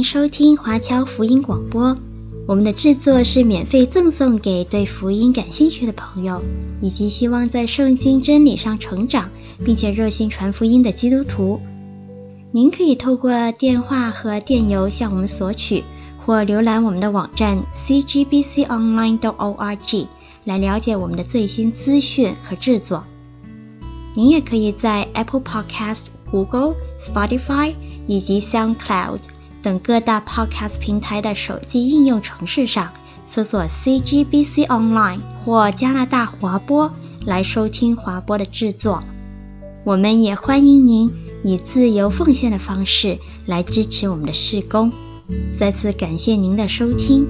收听华侨福音广播。我们的制作是免费赠送给对福音感兴趣的朋友，以及希望在圣经真理上成长，并且热心传福音的基督徒。您可以透过电话和电邮向我们索取，或浏览我们的网站 cgbconline.org 来了解我们的最新资讯和制作。您也可以在 Apple Podcast、Google、Spotify 以及 SoundCloud 等各大 Podcast 平台的手机应用程式上搜索 CGBC Online 或加拿大华播来收听华播的制作。我们也欢迎您以自由奉献的方式来支持我们的事工。再次感谢您的收听。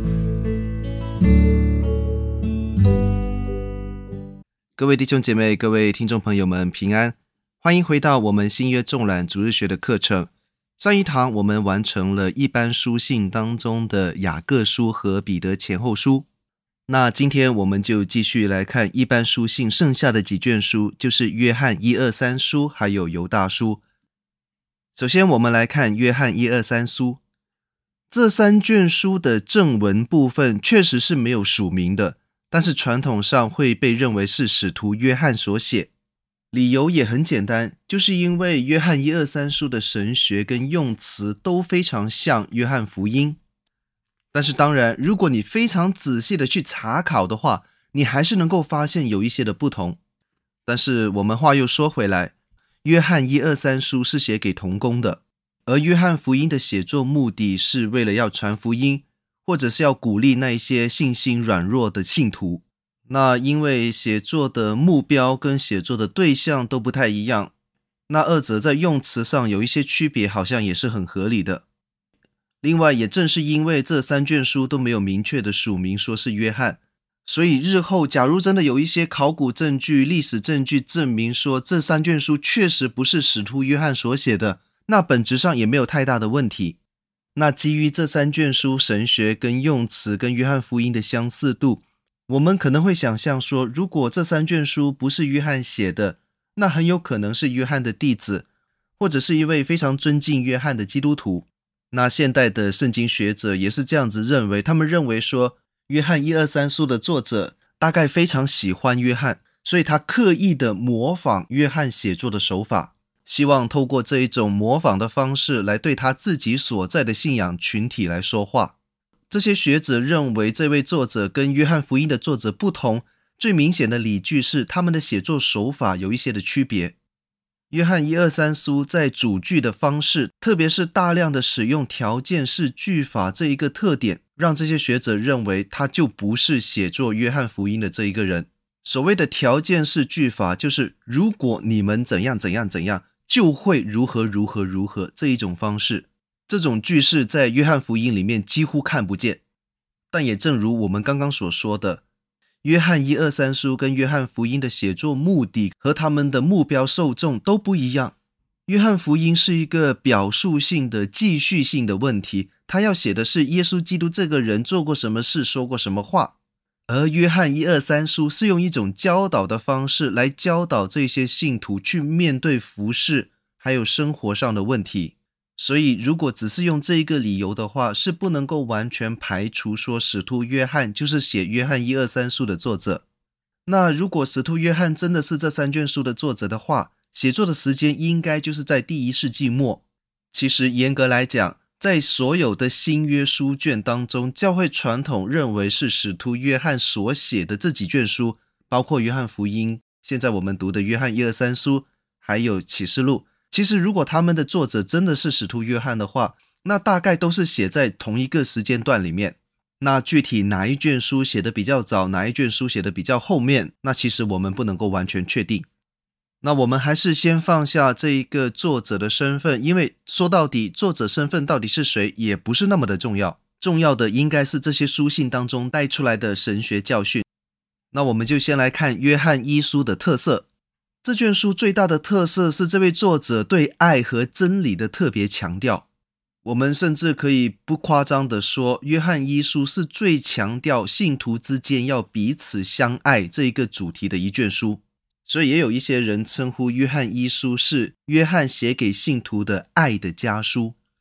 各位弟兄姐妹，各位听众朋友们平安，欢迎回到我们新约纵览主日学的课程。上一堂我们完成了一般书信当中的雅各书和彼得前后书，那今天我们就继续来看一般书信剩下的几卷书，就是约翰1、2、3书还有犹大书。首先我们来看约翰1、2、3书。这3卷书的正文部分确实是没有署名的，但是传统上会被认为是使徒约翰所写。理由也很简单，就是因为约翰1、2、3书的神学跟用词都非常像约翰福音。但是当然，如果你非常仔细的去查考的话，你还是能够发现有一些的不同。但是我们话又说回来，约翰1、2、3书是写给同工的，而约翰福音的写作目的是为了要传福音，或者是要鼓励那一些信心软弱的信徒。那因为写作的目标跟写作的对象都不太一样，那二者在用词上有一些区别，好像也是很合理的。另外也正是因为这3卷书都没有明确的署名说是约翰，所以日后假如真的有一些考古证据、历史证据证明说这3卷书确实不是使徒约翰所写的，那本质上也没有太大的问题。那基于这3卷书神学跟用词跟约翰福音的相似度，我们可能会想象说，如果这3卷书不是约翰写的，那很有可能是约翰的弟子，或者是一位非常尊敬约翰的基督徒。那现代的圣经学者也是这样子认为，他们认为说约翰1、2、3书的作者大概非常喜欢约翰，所以他刻意的模仿约翰写作的手法，希望透过这一种模仿的方式来对他自己所在的信仰群体来说话。这些学者认为这位作者跟约翰福音的作者不同，最明显的理据是他们的写作手法有一些的区别。约翰1、2、3书在主句的方式，特别是大量的使用条件式句法这一个特点，让这些学者认为他就不是写作约翰福音的这一个人。所谓的条件式句法，就是如果你们怎样怎样怎样，就会如何如何如何这一种方式。这种句式在约翰福音里面几乎看不见。但也正如我们刚刚所说的，约翰1、2、3书跟约翰福音的写作目的和他们的目标受众都不一样。约翰福音是一个表述性的继续性的问题，他要写的是耶稣基督这个人做过什么事，说过什么话。而约翰1、2、3书是用一种教导的方式来教导这些信徒去面对服事还有生活上的问题。所以如果只是用这一个理由的话，是不能够完全排除说使徒约翰就是写约翰1、2、3书的作者。那如果使徒约翰真的是这3卷书的作者的话，写作的时间应该就是在第1世纪末。其实严格来讲，在所有的新约书卷当中，教会传统认为是使徒约翰所写的这几卷书，包括约翰福音，现在我们读的约翰1、2、3书，还有启示录。其实如果他们的作者真的是使徒约翰的话，那大概都是写在同一个时间段里面。那具体哪一卷书写的比较早，哪一卷书写的比较后面，那其实我们不能够完全确定。那我们还是先放下这一个作者的身份，因为说到底作者身份到底是谁也不是那么的重要，重要的应该是这些书信当中带出来的神学教训。那我们就先来看约翰1书的特色。这卷书最大的特色是这位作者对爱和真理的特别强调。我们甚至可以不夸张地说，约翰1书是最强调信徒之间要彼此相爱这一个主题的一卷书。所以也有一些人称呼约翰1书是约翰写给信徒的爱的家书。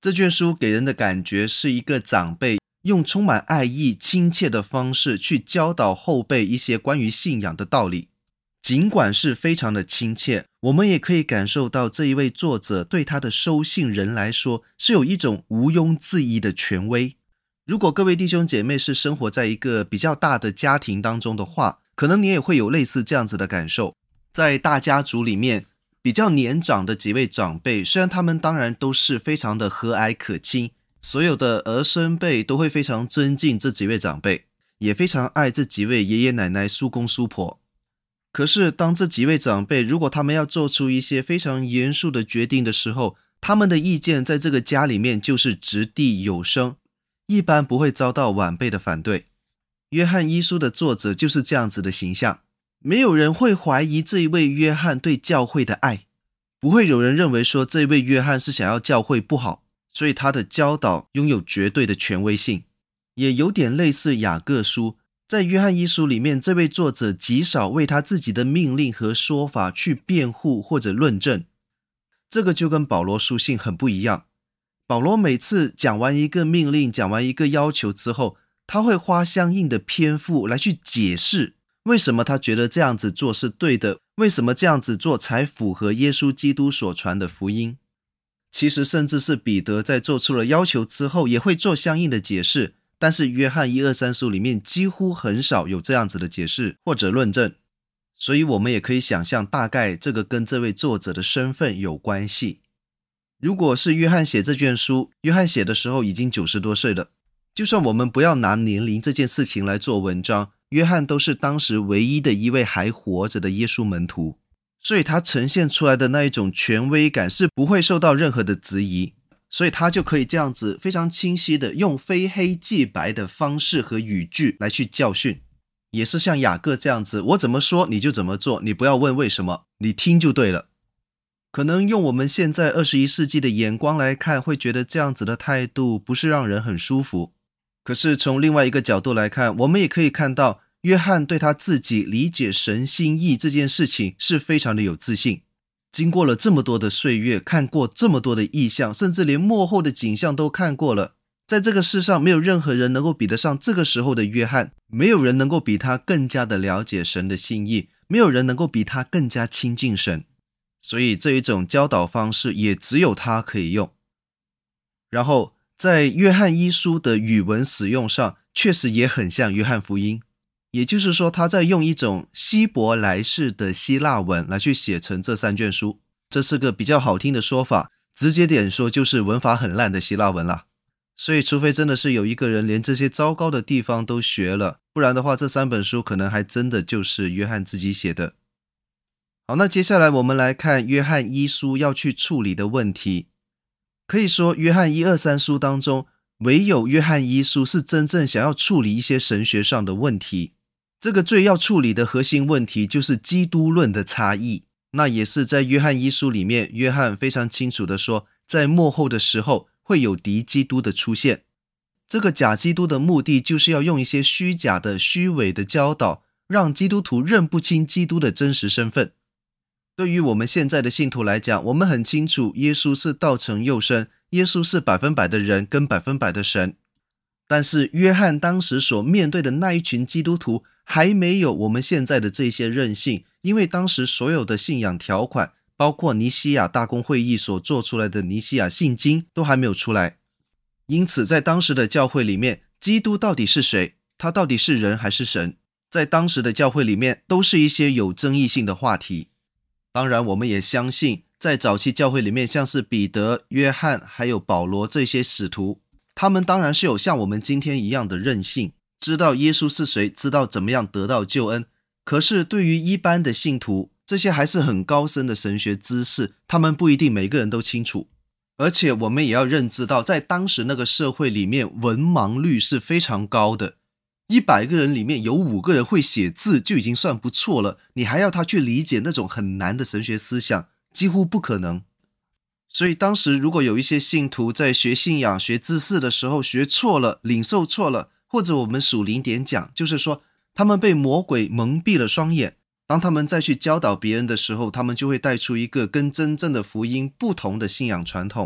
这卷书给人的感觉是一个长辈用充满爱意、亲切的方式去教导后辈一些关于信仰的道理。尽管是非常的亲切，我们也可以感受到这一位作者对他的收信人来说是有一种毋庸置疑的权威。如果各位弟兄姐妹是生活在一个比较大的家庭当中的话，可能你也会有类似这样子的感受。在大家族里面，比较年长的几位长辈，虽然他们当然都是非常的和蔼可亲，所有的儿孙辈都会非常尊敬这几位长辈，也非常爱这几位爷爷奶奶、叔公叔婆。可是当这几位长辈如果他们要做出一些非常严肃的决定的时候，他们的意见在这个家里面就是掷地有声，一般不会遭到晚辈的反对。约翰一书的作者就是这样子的形象，没有人会怀疑这一位约翰对教会的爱，不会有人认为说这一位约翰是想要教会不好，所以他的教导拥有绝对的权威性。也有点类似雅各书，在约翰一书里面，这位作者极少为他自己的命令和说法去辩护或者论证。这个就跟保罗书信很不一样。保罗每次讲完一个命令，讲完一个要求之后，他会花相应的篇幅来去解释为什么他觉得这样子做是对的，为什么这样子做才符合耶稣基督所传的福音。其实甚至是彼得在做出了要求之后也会做相应的解释，但是约翰1、2、3书里面几乎很少有这样子的解释或者论证。所以我们也可以想象，大概这个跟这位作者的身份有关系。如果是约翰写这卷书，约翰写的时候已经90多岁了，就算我们不要拿年龄这件事情来做文章，约翰都是当时唯一的一位还活着的耶稣门徒，所以他呈现出来的那一种权威感是不会受到任何的质疑，所以他就可以这样子非常清晰的用非黑即白的方式和语句来去教训。也是像雅各这样子，我怎么说你就怎么做，你不要问为什么，你听就对了。可能用我们现在21世纪的眼光来看，会觉得这样子的态度不是让人很舒服。可是从另外一个角度来看，我们也可以看到约翰对他自己理解神心意这件事情是非常的有自信。经过了这么多的岁月，看过这么多的异象，甚至连末后的景象都看过了，在这个世上没有任何人能够比得上这个时候的约翰，没有人能够比他更加的了解神的心意，没有人能够比他更加亲近神，所以这一种教导方式也只有他可以用。然后在约翰一书的语文使用上确实也很像约翰福音，也就是说他在用一种希伯来式的希腊文来去写成这3卷书，这是个比较好听的说法，直接点说就是文法很烂的希腊文啦。所以除非真的是有一个人连这些糟糕的地方都学了，不然的话这3本书可能还真的就是约翰自己写的。好，那接下来我们来看约翰一书要去处理的问题。可以说约翰1、2、3书当中，唯有约翰一书是真正想要处理一些神学上的问题。这个最要处理的核心问题就是基督论的差异。那也是在约翰一书里面，约翰非常清楚的说，在末后的时候会有敌基督的出现。这个假基督的目的就是要用一些虚假的、虚伪的教导，让基督徒认不清基督的真实身份。对于我们现在的信徒来讲，我们很清楚耶稣是道成肉身，耶稣是100%的人跟100%的神。但是约翰当时所面对的那一群基督徒还没有我们现在的这些韧性，因为当时所有的信仰条款，包括尼西亚大公会议所做出来的尼西亚信经都还没有出来。因此在当时的教会里面，基督到底是谁？他到底是人还是神？在当时的教会里面都是一些有争议性的话题。当然我们也相信，在早期教会里面，像是彼得、约翰还有保罗这些使徒，他们当然是有像我们今天一样的韧性，知道耶稣是谁，知道怎么样得到救恩。可是对于一般的信徒，这些还是很高深的神学知识，他们不一定每个人都清楚。而且我们也要认知到，在当时那个社会里面，文盲率是非常高的。100个人里面有5个人会写字就已经算不错了，你还要他去理解那种很难的神学思想，几乎不可能。所以当时如果有一些信徒在学信仰、学知识的时候学错了、领受错了，或者我们属灵点讲，就是说他们被魔鬼蒙蔽了双眼，当他们再去教导别人的时候，他们就会带出一个跟真正的福音不同的信仰传统。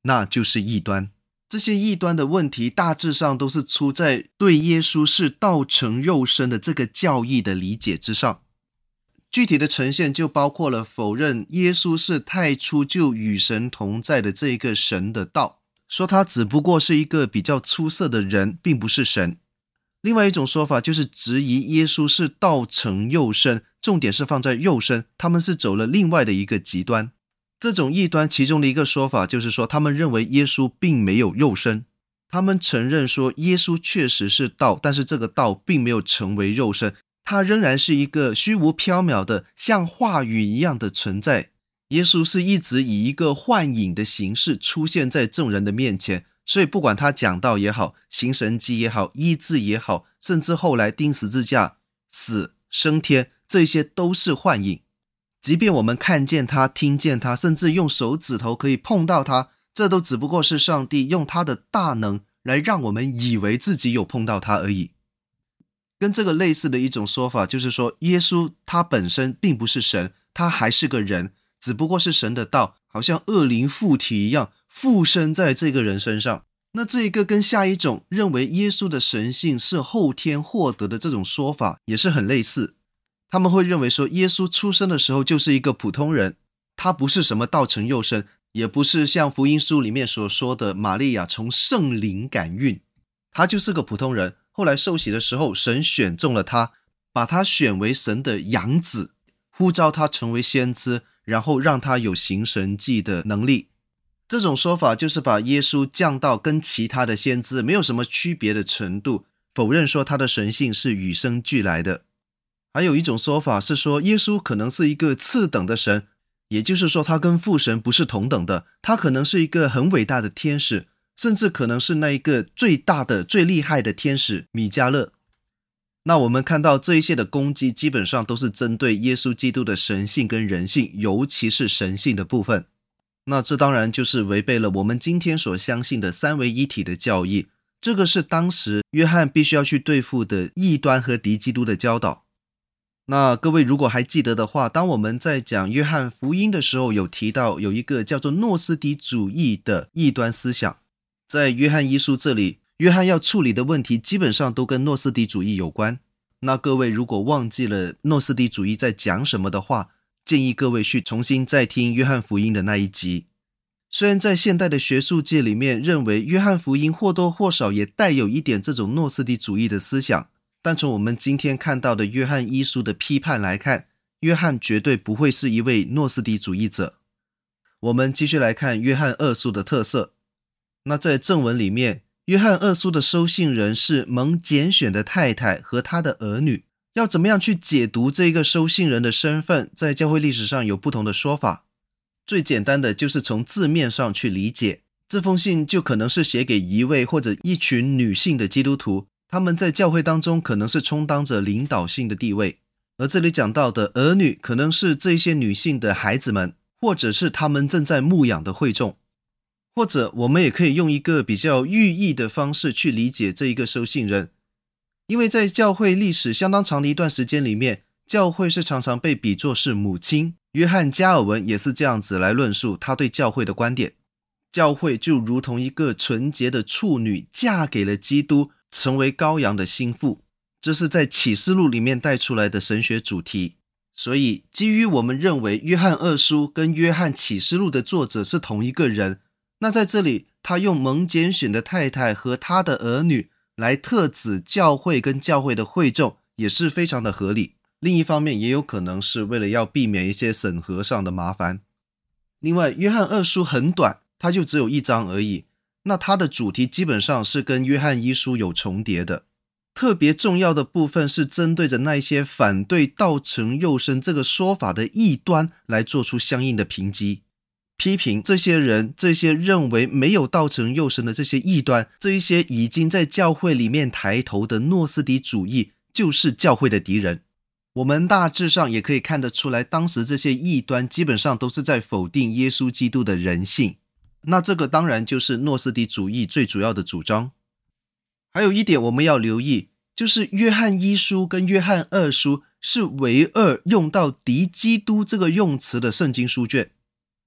那就是异端。这些异端的问题大致上都是出在对耶稣是道成肉身的这个教义的理解之上。具体的呈现就包括了否认耶稣是太初就与神同在的这一个神的道，说他只不过是一个比较出色的人，并不是神。另外一种说法就是质疑耶稣是道成肉身，重点是放在肉身，他们是走了另外的一个极端。这种异端其中的一个说法就是说，他们认为耶稣并没有肉身，他们承认说耶稣确实是道，但是这个道并没有成为肉身，他仍然是一个虚无缥缈的像话语一样的存在。耶稣是一直以一个幻影的形式出现在众人的面前，所以不管他讲道也好，行神迹也好，医治也好，甚至后来钉十字架、死、升天，这些都是幻影。即便我们看见他，听见他，甚至用手指头可以碰到他，这都只不过是上帝用他的大能来让我们以为自己有碰到他而已。跟这个类似的一种说法就是说，耶稣他本身并不是神，他还是个人，只不过是神的道好像恶灵附体一样附身在这个人身上。那这一个跟下一种认为耶稣的神性是后天获得的这种说法也是很类似。他们会认为说，耶稣出生的时候就是一个普通人，他不是什么道成肉身，也不是像福音书里面所说的玛利亚从圣灵感孕，他就是个普通人。后来受洗的时候，神选中了他，把他选为神的养子，呼召他成为先知，然后让他有行神迹的能力。这种说法就是把耶稣降到跟其他的先知没有什么区别的程度，否认说他的神性是与生俱来的。还有一种说法是说，耶稣可能是一个次等的神，也就是说他跟父神不是同等的，他可能是一个很伟大的天使，甚至可能是那一个最大的最厉害的天使米迦勒。那我们看到这一些的攻击基本上都是针对耶稣基督的神性跟人性，尤其是神性的部分。那这当然就是违背了我们今天所相信的三位一体的教义，这个是当时约翰必须要去对付的异端和敌基督的教导。那各位如果还记得的话，当我们在讲约翰福音的时候，有提到有一个叫做诺斯底主义的异端思想。在约翰一书这里，约翰要处理的问题基本上都跟诺斯底主义有关。那各位如果忘记了诺斯底主义在讲什么的话，建议各位去重新再听约翰福音的那一集。虽然在现代的学术界里面认为约翰福音或多或少也带有一点这种诺斯底主义的思想，但从我们今天看到的约翰一书的批判来看，约翰绝对不会是一位诺斯底主义者。我们继续来看约翰二书的特色。那在正文里面，约翰二书的收信人是蒙拣选的太太和他的儿女。要怎么样去解读这个收信人的身份，在教会历史上有不同的说法。最简单的就是从字面上去理解，这封信就可能是写给一位或者一群女性的基督徒，他们在教会当中可能是充当着领导性的地位。而这里讲到的儿女可能是这些女性的孩子们，或者是他们正在牧养的会众。或者我们也可以用一个比较寓意的方式去理解这一个收信人。因为在教会历史相当长的一段时间里面，教会是常常被比作是母亲。约翰加尔文也是这样子来论述他对教会的观点。教会就如同一个纯洁的处女嫁给了基督，成为羔羊的心腹。这是在启示录里面带出来的神学主题。所以基于我们认为约翰二书跟约翰启示录的作者是同一个人，那在这里他用蒙拣选的太太和他的儿女来特指教会跟教会的会众，也是非常的合理。另一方面也有可能是为了要避免一些审核上的麻烦。另外约翰二书很短，它就只有1章而已，那它的主题基本上是跟约翰一书有重叠的。特别重要的部分是针对着那些反对道成肉身这个说法的异端来做出相应的评击，批评这些人，这些认为没有道成肉身的这些异端，这一些已经在教会里面抬头的诺斯底主义就是教会的敌人。我们大致上也可以看得出来，当时这些异端基本上都是在否定耶稣基督的人性。那这个当然就是诺斯底主义最主要的主张。还有一点我们要留意，就是约翰一书跟约翰二书是唯二用到敌基督这个用词的圣经书卷。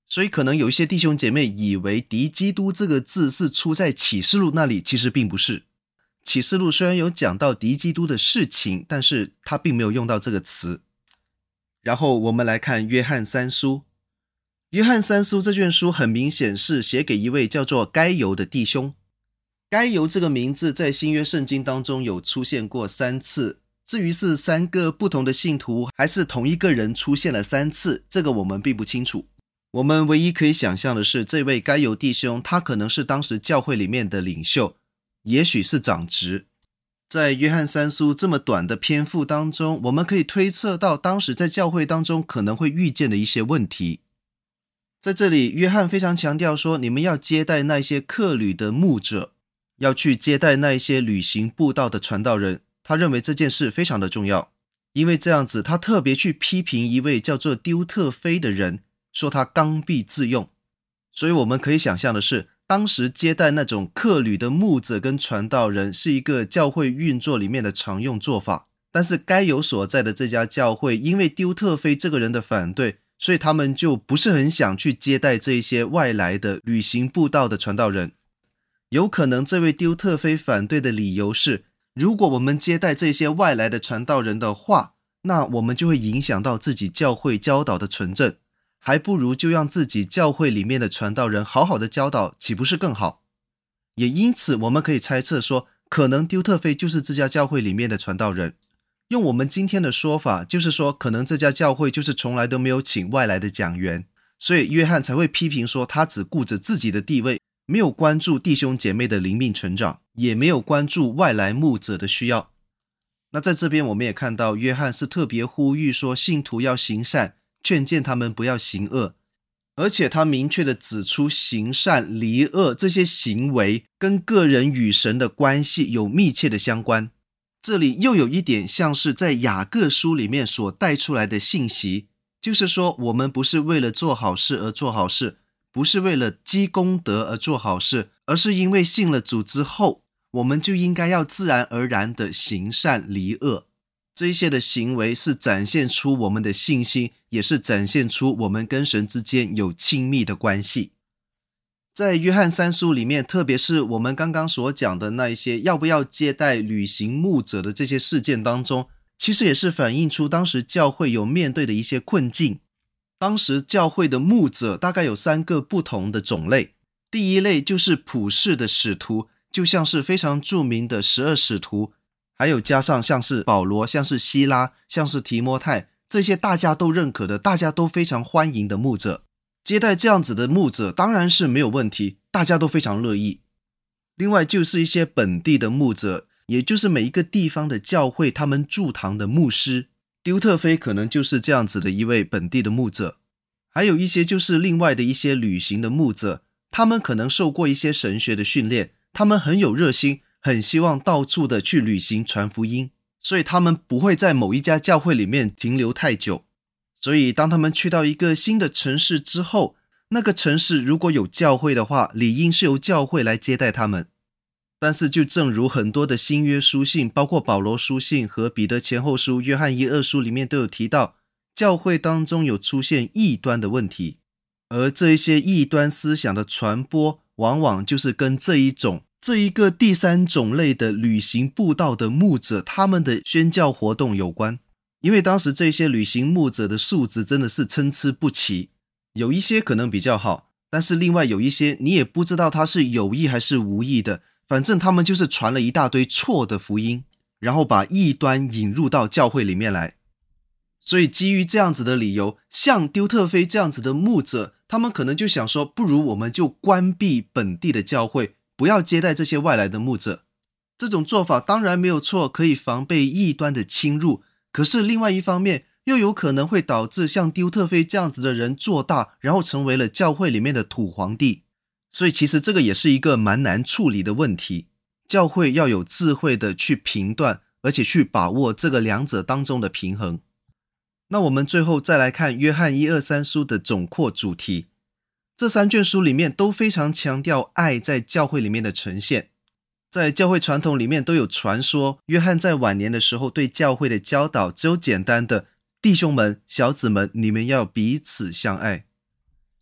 所以可能有一些弟兄姐妹以为敌基督这个字是出在启示录那里，其实并不是。启示录虽然有讲到敌基督的事情，但是他并没有用到这个词。然后我们来看约翰三书。约翰三书这卷书很明显是写给一位叫做该犹的弟兄。该犹这个名字在新约圣经当中有出现过3次，至于是3个不同的信徒还是同一个人出现了3次，这个我们并不清楚。我们唯一可以想象的是，这位该犹弟兄他可能是当时教会里面的领袖，也许是长执。在约翰三书这么短的篇幅当中，我们可以推测到当时在教会当中可能会遇见的一些问题。在这里约翰非常强调说，你们要接待那些客旅的牧者，要去接待那一些旅行布道的传道人，他认为这件事非常的重要。因为这样子，他特别去批评一位叫做丢特腓的人，说他刚愎自用。所以我们可以想象的是，当时接待那种客旅的牧者跟传道人是一个教会运作里面的常用做法。但是该犹所在的这家教会因为丢特腓这个人的反对，所以他们就不是很想去接待这些外来的旅行布道的传道人。有可能这位丢特腓反对的理由是，如果我们接待这些外来的传道人的话，那我们就会影响到自己教会教导的纯正，还不如就让自己教会里面的传道人好好的教导，岂不是更好？也因此我们可以猜测说，可能丢特腓就是这家教会里面的传道人。用我们今天的说法，就是说可能这家教会就是从来都没有请外来的讲员，所以约翰才会批评说他只顾着自己的地位，没有关注弟兄姐妹的灵命成长，也没有关注外来牧者的需要。那在这边我们也看到约翰是特别呼吁说信徒要行善，劝谏他们不要行恶，而且他明确的指出行善离恶这些行为跟个人与神的关系有密切的相关。这里又有一点像是在雅各书里面所带出来的信息，就是说我们不是为了做好事而做好事，不是为了积功德而做好事，而是因为信了主之后，我们就应该要自然而然的行善离恶。这一些的行为是展现出我们的信心，也是展现出我们跟神之间有亲密的关系。在约翰三书里面，特别是我们刚刚所讲的那一些要不要接待旅行牧者的这些事件当中，其实也是反映出当时教会有面对的一些困境。当时教会的牧者大概有3个不同的种类。第一类就是普世的使徒，就像是非常著名的12使徒，还有加上像是保罗，像是希拉，像是提摩太，这些大家都认可的，大家都非常欢迎的牧者。接待这样子的牧者当然是没有问题，大家都非常乐意。另外就是一些本地的牧者，也就是每一个地方的教会他们驻堂的牧师，丢特腓可能就是这样子的一位本地的牧者。还有一些就是另外的一些旅行的牧者，他们可能受过一些神学的训练，他们很有热心，很希望到处的去旅行传福音，所以他们不会在某一家教会里面停留太久。所以当他们去到一个新的城市之后，那个城市如果有教会的话，理应是由教会来接待他们。但是就正如很多的新约书信，包括保罗书信和彼得前后书、约翰1、2书里面都有提到，教会当中有出现异端的问题，而这一些异端思想的传播，往往就是跟这一个第3种类的旅行布道的牧者他们的宣教活动有关。因为当时这些旅行牧者的素质真的是参差不齐，有一些可能比较好，但是另外有一些你也不知道他是有意还是无意的，反正他们就是传了一大堆错的福音，然后把异端引入到教会里面来。所以基于这样子的理由，像丢特腓这样子的牧者，他们可能就想说，不如我们就关闭本地的教会，不要接待这些外来的牧者。这种做法当然没有错，可以防备异端的侵入，可是另外一方面又有可能会导致像丢特腓这样子的人做大，然后成为了教会里面的土皇帝。所以其实这个也是一个蛮难处理的问题，教会要有智慧的去评断，而且去把握这个两者当中的平衡。那我们最后再来看约翰1、2、3书的总括主题。这3卷书里面都非常强调爱在教会里面的呈现。在教会传统里面都有传说，约翰在晚年的时候对教会的教导只有简单的弟兄们、小子们，你们要彼此相爱。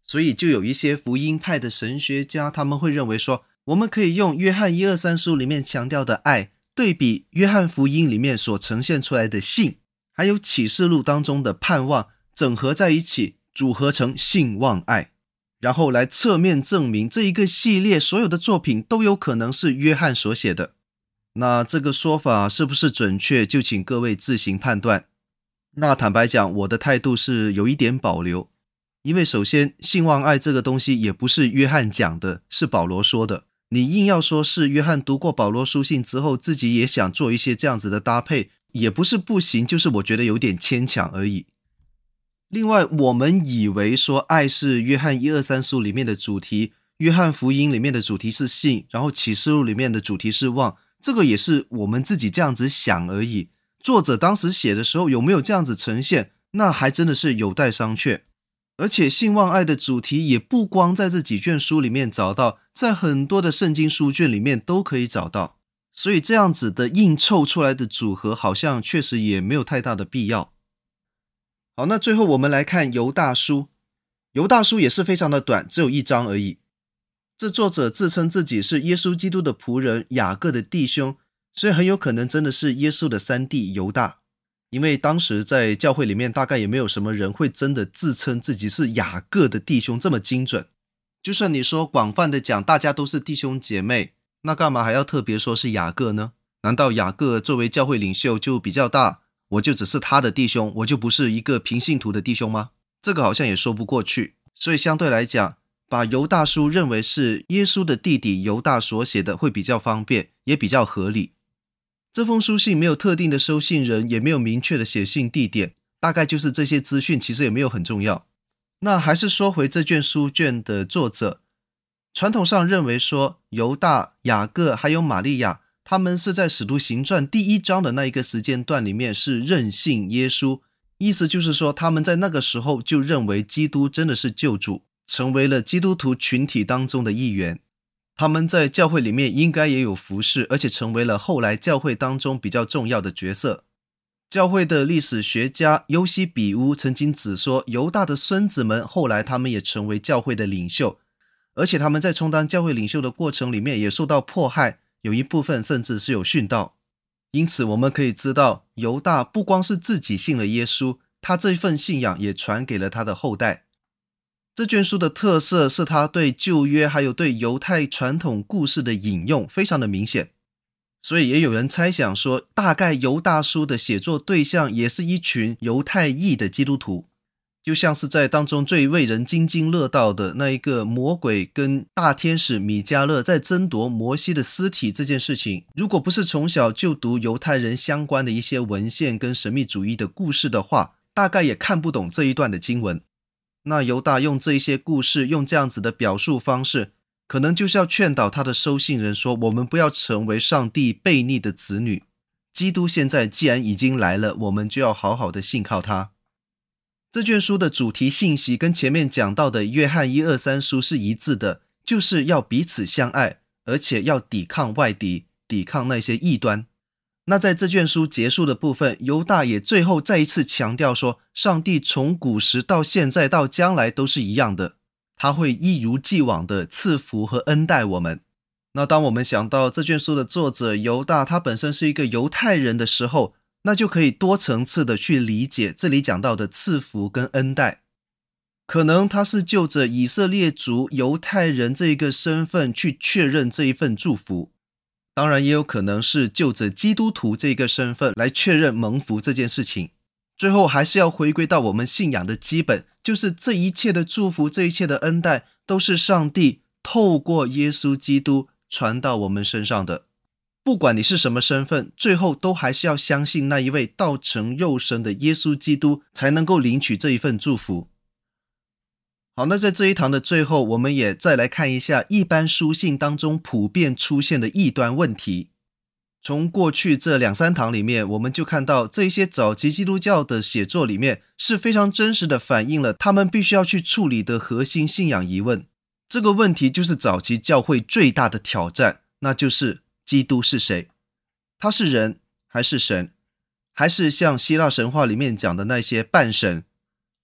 所以就有一些福音派的神学家，他们会认为说，我们可以用约翰1、2、3书里面强调的爱，对比约翰福音里面所呈现出来的信，还有启示录当中的盼望，整合在一起，组合成信望爱，然后来侧面证明这一个系列所有的作品都有可能是约翰所写的。那这个说法是不是准确，就请各位自行判断。那坦白讲，我的态度是有一点保留，因为首先信望爱这个东西也不是约翰讲的，是保罗说的。你硬要说是约翰读过保罗书信之后自己也想做一些这样子的搭配，也不是不行，就是我觉得有点牵强而已。另外，我们以为说爱是约翰1、2、3书里面的主题，约翰福音里面的主题是信，然后启示录里面的主题是望，这个也是我们自己这样子想而已。作者当时写的时候有没有这样子呈现，那还真的是有待商榷。而且信望爱的主题也不光在这几卷书里面找到，在很多的圣经书卷里面都可以找到，所以这样子的硬凑出来的组合好像确实也没有太大的必要。好，那最后我们来看犹大书。犹大书也是非常的短，只有1章而已。这作者自称自己是耶稣基督的仆人，雅各的弟兄，所以很有可能真的是耶稣的三弟犹大。因为当时在教会里面大概也没有什么人会真的自称自己是雅各的弟兄这么精准。就算你说广泛的讲大家都是弟兄姐妹，那干嘛还要特别说是雅各呢？难道雅各作为教会领袖就比较大，我就只是他的弟兄，我就不是一个平信徒的弟兄吗？这个好像也说不过去。所以相对来讲，把犹大书认为是耶稣的弟弟犹大所写的会比较方便，也比较合理。这封书信没有特定的收信人，也没有明确的写信地点，大概就是这些资讯其实也没有很重要。那还是说回这卷书卷的作者，传统上认为说犹大、雅各还有玛利亚，他们是在使徒行传第1章的那一个时间段里面是认信耶稣，意思就是说他们在那个时候就认为基督真的是救主，成为了基督徒群体当中的一员。他们在教会里面应该也有服事，而且成为了后来教会当中比较重要的角色。教会的历史学家尤西比乌曾经指说，犹大的孙子们后来他们也成为教会的领袖，而且他们在充当教会领袖的过程里面也受到迫害，有一部分甚至是有殉道。因此我们可以知道，犹大不光是自己信了耶稣，他这份信仰也传给了他的后代。这卷书的特色是他对旧约还有对犹太传统故事的引用非常的明显，所以也有人猜想说，大概犹大书的写作对象也是一群犹太裔的基督徒，就像是在当中最为人津津乐道的那一个魔鬼跟大天使米迦勒在争夺摩西的尸体这件事情，如果不是从小就读犹太人相关的一些文献跟神秘主义的故事的话，大概也看不懂这一段的经文。那犹大用这一些故事，用这样子的表述方式，可能就是要劝导他的收信人说，我们不要成为上帝悖逆的子女，基督现在既然已经来了，我们就要好好的信靠他。这卷书的主题信息跟前面讲到的约翰1、2、3书是一致的，就是要彼此相爱，而且要抵抗外敌，抵抗那些异端。那在这卷书结束的部分，犹大也最后再一次强调说，上帝从古时到现在到将来都是一样的，他会一如既往的赐福和恩待我们。那当我们想到这卷书的作者犹大他本身是一个犹太人的时候，那就可以多层次的去理解这里讲到的赐福跟恩待。可能他是就着以色列族犹太人这一个身份去确认这一份祝福，当然也有可能是就着基督徒这个身份来确认蒙福这件事情。最后还是要回归到我们信仰的基本，就是这一切的祝福，这一切的恩待，都是上帝透过耶稣基督传到我们身上的。不管你是什么身份，最后都还是要相信那一位道成肉身的耶稣基督，才能够领取这一份祝福。好，那在这一堂的最后，我们也再来看一下一般书信当中普遍出现的异端问题。从过去这2、3堂里面，我们就看到这一些早期基督教的写作里面是非常真实的反映了他们必须要去处理的核心信仰疑问。这个问题就是早期教会最大的挑战，那就是基督是谁？他是人还是神？还是像希腊神话里面讲的那些半神？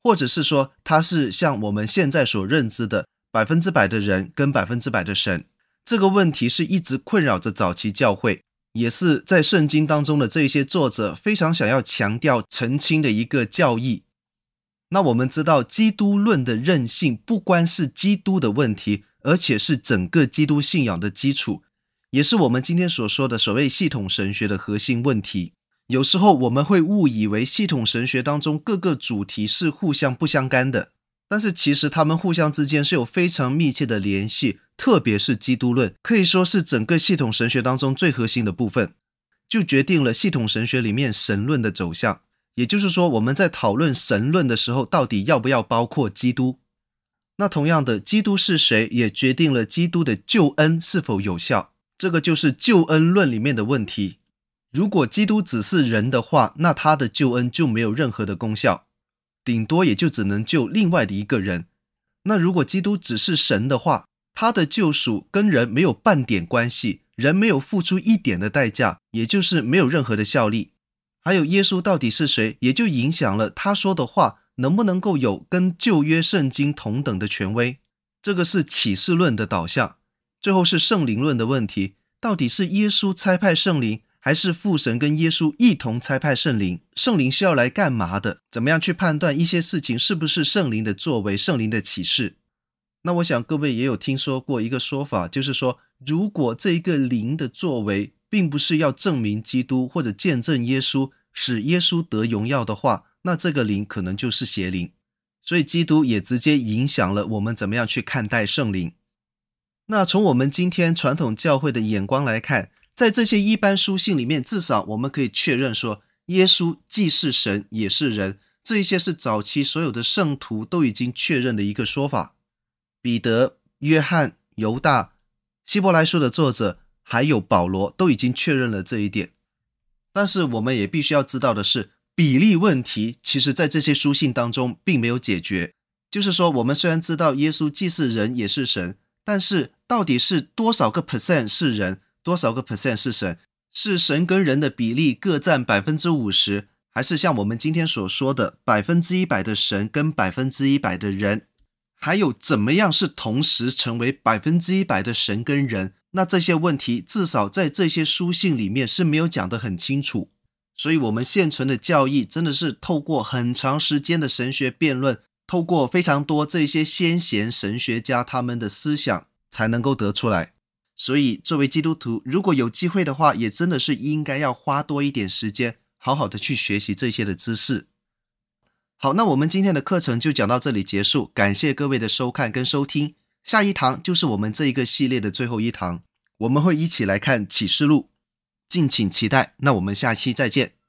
或者是说它是像我们现在所认知的100%的人跟100%的神。这个问题是一直困扰着早期教会，也是在圣经当中的这些作者非常想要强调澄清的一个教义。那我们知道基督论的韧性不光是基督的问题，而且是整个基督信仰的基础，也是我们今天所说的所谓系统神学的核心问题。有时候我们会误以为系统神学当中各个主题是互相不相干的，但是其实他们互相之间是有非常密切的联系，特别是基督论可以说是整个系统神学当中最核心的部分，就决定了系统神学里面神论的走向。也就是说，我们在讨论神论的时候，到底要不要包括基督？那同样的，基督是谁，也决定了基督的救恩是否有效。这个就是救恩论里面的问题。如果基督只是人的话，那他的救恩就没有任何的功效，顶多也就只能救另外的一个人。那如果基督只是神的话，他的救赎跟人没有半点关系，人没有付出一点的代价，也就是没有任何的效力。还有耶稣到底是谁，也就影响了他说的话能不能够有跟旧约圣经同等的权威。这个是启示论的导向。最后是圣灵论的问题，到底是耶稣差派圣灵，还是父神跟耶稣一同差派圣灵？圣灵是要来干嘛的？怎么样去判断一些事情是不是圣灵的作为，圣灵的启示？那我想各位也有听说过一个说法，就是说如果这一个灵的作为并不是要证明基督或者见证耶稣，使耶稣得荣耀的话，那这个灵可能就是邪灵。所以基督也直接影响了我们怎么样去看待圣灵。那从我们今天传统教会的眼光来看，在这些一般书信里面，至少我们可以确认说耶稣既是神也是人，这一些是早期所有的圣徒都已经确认的一个说法。彼得、约翰、犹大、希伯来书的作者还有保罗都已经确认了这一点。但是我们也必须要知道的是，比例问题其实在这些书信当中并没有解决。就是说我们虽然知道耶稣既是人也是神，但是到底是多少个 percent 是人，多少个 percent 是神？是神跟人的比例各占 50%， 还是像我们今天所说的 100% 的神跟 100% 的人？还有怎么样是同时成为 100% 的神跟人？那这些问题至少在这些书信里面是没有讲得很清楚。所以我们现存的教义真的是透过很长时间的神学辩论，透过非常多这些先贤神学家他们的思想才能够得出来。所以作为基督徒，如果有机会的话，也真的是应该要花多一点时间，好好的去学习这些的知识。好，那我们今天的课程就讲到这里结束，感谢各位的收看跟收听。下一堂就是我们这一个系列的最后一堂，我们会一起来看启示录，敬请期待。那我们下期再见。